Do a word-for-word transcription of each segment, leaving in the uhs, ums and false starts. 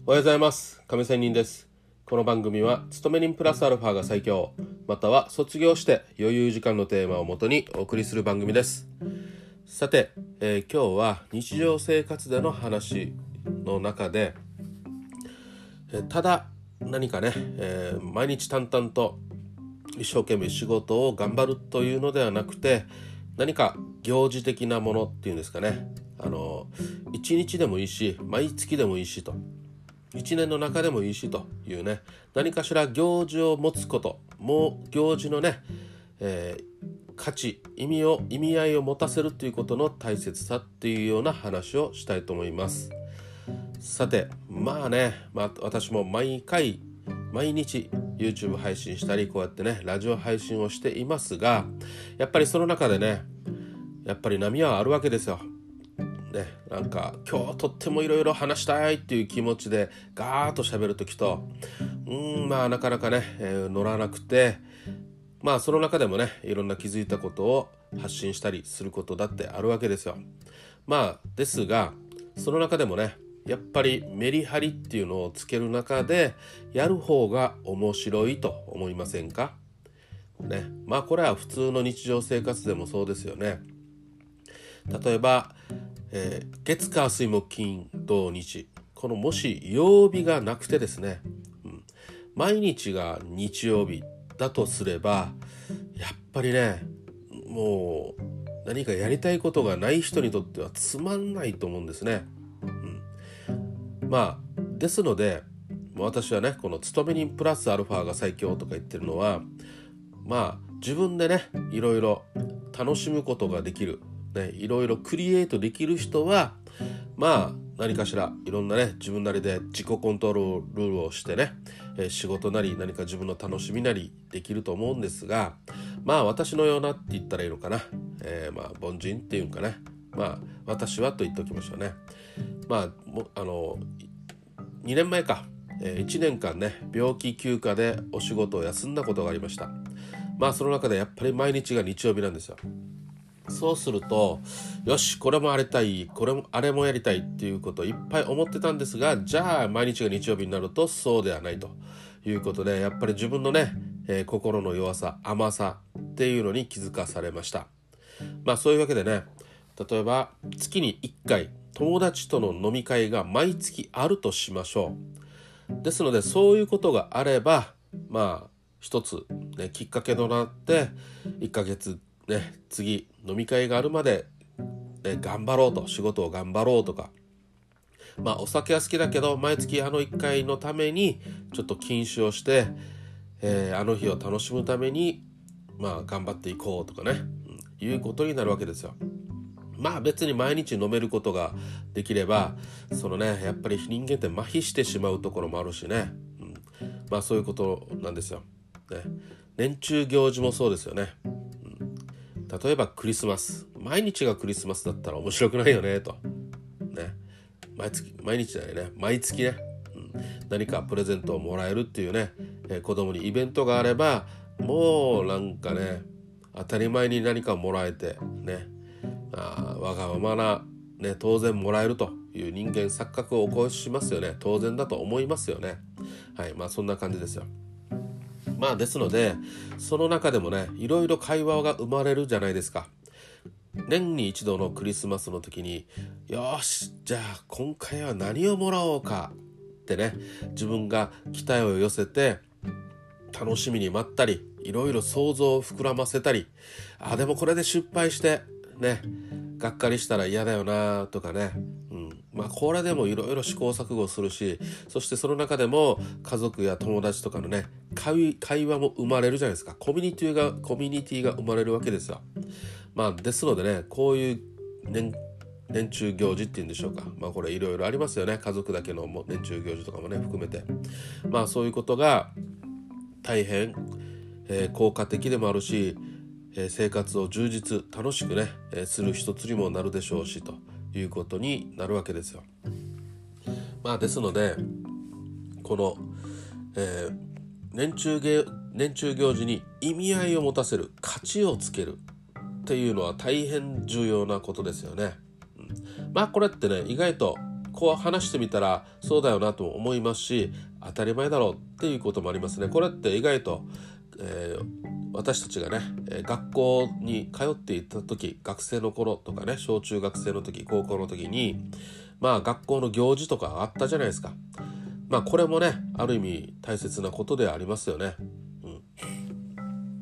おはようございます。亀仙人です。この番組は勤め人プラスアルファが最強、または卒業して余裕時間のテーマをもとにお送りする番組です。さて、えー、今日は日常生活での話の中で、えー、ただ何かね、えー、毎日淡々と一生懸命仕事を頑張るというのではなくて、何か行事的なものっていうんですかね、あの一日でもいいし毎月でもいいしと、一年の中でもいいしというね、何かしら行事を持つこと、もう行事のね、えー、価値、意味を意味合いを持たせるということの大切さっていうような話をしたいと思います。さて、まあね、まあ、私も毎回毎日 YouTube 配信したり、こうやってねラジオ配信をしていますが、やっぱりその中でね、やっぱり波はあるわけですよ。ね、なんか今日とってもいろいろ話したいっていう気持ちでガーッと喋るときと、うーんまあなかなかね、えー、乗らなくて、まあその中でもねいろんな気づいたことを発信したりすることだってあるわけですよ。まあですが、その中でもねやっぱりメリハリっていうのをつける中でやる方が面白いと思いませんかね。まあこれは普通の日常生活でもそうですよね。例えば、えー、月火水木金土日、このもし曜日がなくてですね、うん、毎日が日曜日だとすれば、やっぱりねもう何かやりたいことがない人にとってはつまんないと思うんですね。うん、まあですので私はね、この勤め人プラスアルファが最強とか言ってるのは、まあ自分でねいろいろ楽しむことができる、ね、いろいろクリエイトできる人は、まあ何かしらいろんなね自分なりで自己コントロールをしてね、えー、仕事なり何か自分の楽しみなりできると思うんですが、まあ私のようなって言ったらいいのかな、えー、まあ凡人っていうんかね、まあ私はと言っておきましょうね。まあもあのにねんまえか、えー、いちねんかんね病気休暇でお仕事を休んだことがありました。まあその中でやっぱり毎日が日曜日なんですよ。そうすると、よしこれもありたい、これもあれもやりたいっていうことをいっぱい思ってたんですが、じゃあ毎日が日曜日になるとそうではないということで、やっぱり自分のね、えー、心の弱さ、甘さっていうのに気づかされました。まあそういうわけでね、例えば月にいっかい友達との飲み会が毎月あるとしましょう。ですのでそういうことがあれば、まあ一つ、ね、きっかけとなっていっかげつね、次飲み会があるまで、ね、頑張ろうと、仕事を頑張ろうとか、まあお酒は好きだけど毎月あのいっかいのためにちょっと禁酒をして、えー、あの日を楽しむためにまあ頑張っていこうとかね、うん、いうことになるわけですよ。まあ別に毎日飲めることができれば、そのねやっぱり人間って麻痺してしまうところもあるしね、うん、まあそういうことなんですよ、ね、年中行事もそうですよね。例えばクリスマス、毎日がクリスマスだったら面白くないよねとね、毎月毎日だよね、毎月ね、うん、何かプレゼントをもらえるっていうね、えー、子供にイベントがあれば、もうなんかね当たり前に何かもらえてね、あわがままな、ね、当然もらえるという人間錯覚を起こしますよね。当然だと思いますよね。はい、まあそんな感じですよ。まあですので、その中でもねいろいろ会話が生まれるじゃないですか。年に一度のクリスマスの時に、よしじゃあ今回は何をもらおうかってね、自分が期待を寄せて楽しみに待ったり、いろいろ想像を膨らませたり、あでもこれで失敗してねがっかりしたら嫌だよなとかね、うん、まあこれでもいろいろ試行錯誤するし、そしてその中でも家族や友達とかのね会, 会話も生まれるじゃないですか。コミュニティがコミュニティが生まれるわけですよ。まあですのでね、こういう年年中行事っていうんでしょうか、まあこれいろいろありますよね。家族だけの年中行事とかもね含めて、まあそういうことが大変、えー、効果的でもあるし、えー、生活を充実楽しくね、えー、する一つにもなるでしょうしということになるわけですよ。まあですのでこの、えー、年中行年中行事に意味合いを持たせる、価値をつけるっていうのは大変重要なことですよね。うん、まあこれってね意外とこう話してみたらそうだよなと思いますし、当たり前だろうっていうこともありますね。これって意外と、えー、私たちがね学校に通っていた時、学生の頃とかね、小中学生の時、高校の時にまあ学校の行事とかあったじゃないですか。まあこれもねある意味大切なことではありますよね。うん、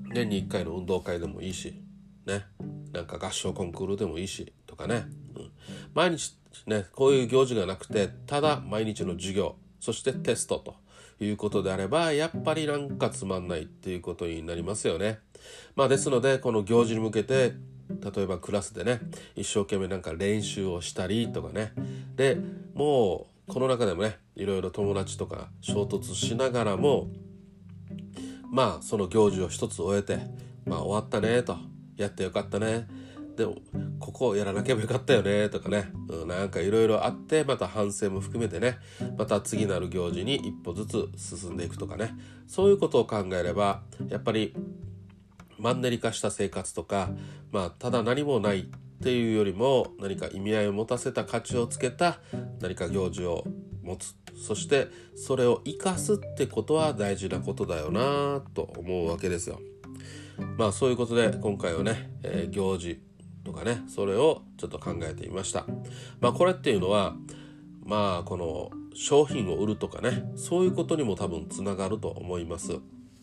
年にいっかいの運動会でもいいしね、なんか合唱コンクールでもいいしとかね、うん、毎日ねこういう行事がなくて、ただ毎日の授業、そしてテストということであれば、やっぱりなんかつまんないっていうことになりますよね。まあですのでこの行事に向けて、例えばクラスでね一生懸命なんか練習をしたりとかね、でもうこの中でもねいろいろ友達とか衝突しながらも、まあその行事を一つ終えて、まあ終わったねと、やってよかったね、でもここやらなきゃよかったよねとかね、うん、なんかいろいろあって、また反省も含めてね、また次なる行事に一歩ずつ進んでいくとかね、そういうことを考えれば、やっぱりマンネリ化した生活とか、まあただ何もないっていうよりも、何か意味合いを持たせた価値をつけた何か行事を持つ、そしてそれを生かすってことは大事なことだよなと思うわけですよ。まあそういうことで今回はね、えー、行事とかね、それをちょっと考えてみました。まあこれっていうのは、まあこの商品を売るとかね、そういうことにも多分つながると思います。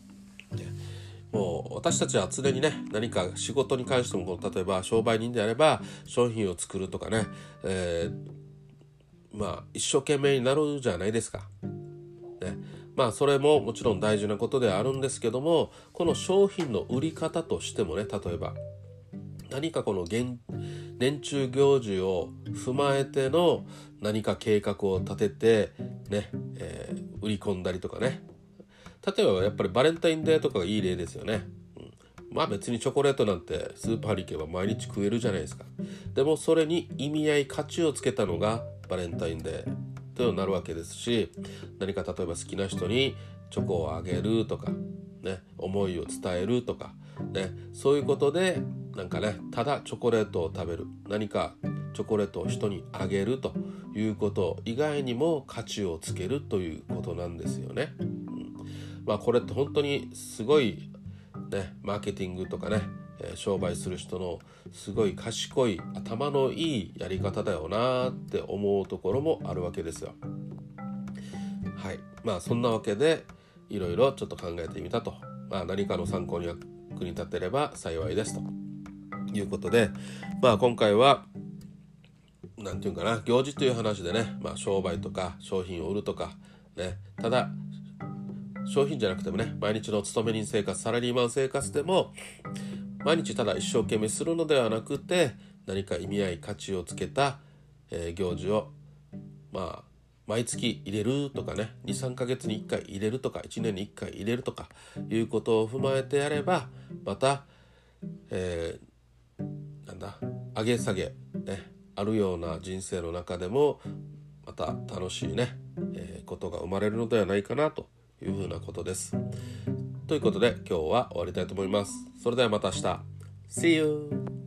もう私たちは常にね、何か仕事に関しても、例えば商売人であれば商品を作るとかね、えー、まあ一生懸命になるじゃないですか、ね、まあそれももちろん大事なことではあるんですけども、この商品の売り方としてもね、例えば何かこの年中行事を踏まえての何か計画を立ててね、えー、売り込んだりとかね、例えばやっぱりバレンタインデーとかがいい例ですよね、うん、まあ別にチョコレートなんてスーパーに行けば毎日食えるじゃないですか。でもそれに意味合い、価値をつけたのがバレンタインデーとなるわけですし、何か例えば好きな人にチョコをあげるとかね、思いを伝えるとかね、そういうことでなんかね、ただチョコレートを食べる、何かチョコレートを人にあげるということ以外にも価値をつけるということなんですよね。うん、まあこれって本当にすごいね、マーケティングとかね、えー、商売する人のすごい賢い頭のいいやり方だよなって思うところもあるわけですよ。はい、まあそんなわけでいろいろちょっと考えてみたと、まあ何かの参考に役に立てれば幸いですということで、まあ今回はなんていうかな、行事という話でね、まあ商売とか商品を売るとかね、ただ商品じゃなくてもね、毎日の勤め人生活、サラリーマン生活でも毎日ただ一生懸命するのではなくて、何か意味合い、価値をつけた、えー、行事をまあ毎月入れるとかね、にさんかげつにいっかい入れるとか、いちねんにいっかい入れるとかいうことを踏まえてやれば、また、えー、なんだ上げ下げ、ね、あるような人生の中でもまた楽しいね、えー、ことが生まれるのではないかなというふうなことです。ということで今日は終わりたいと思います。それではまた明日。See you!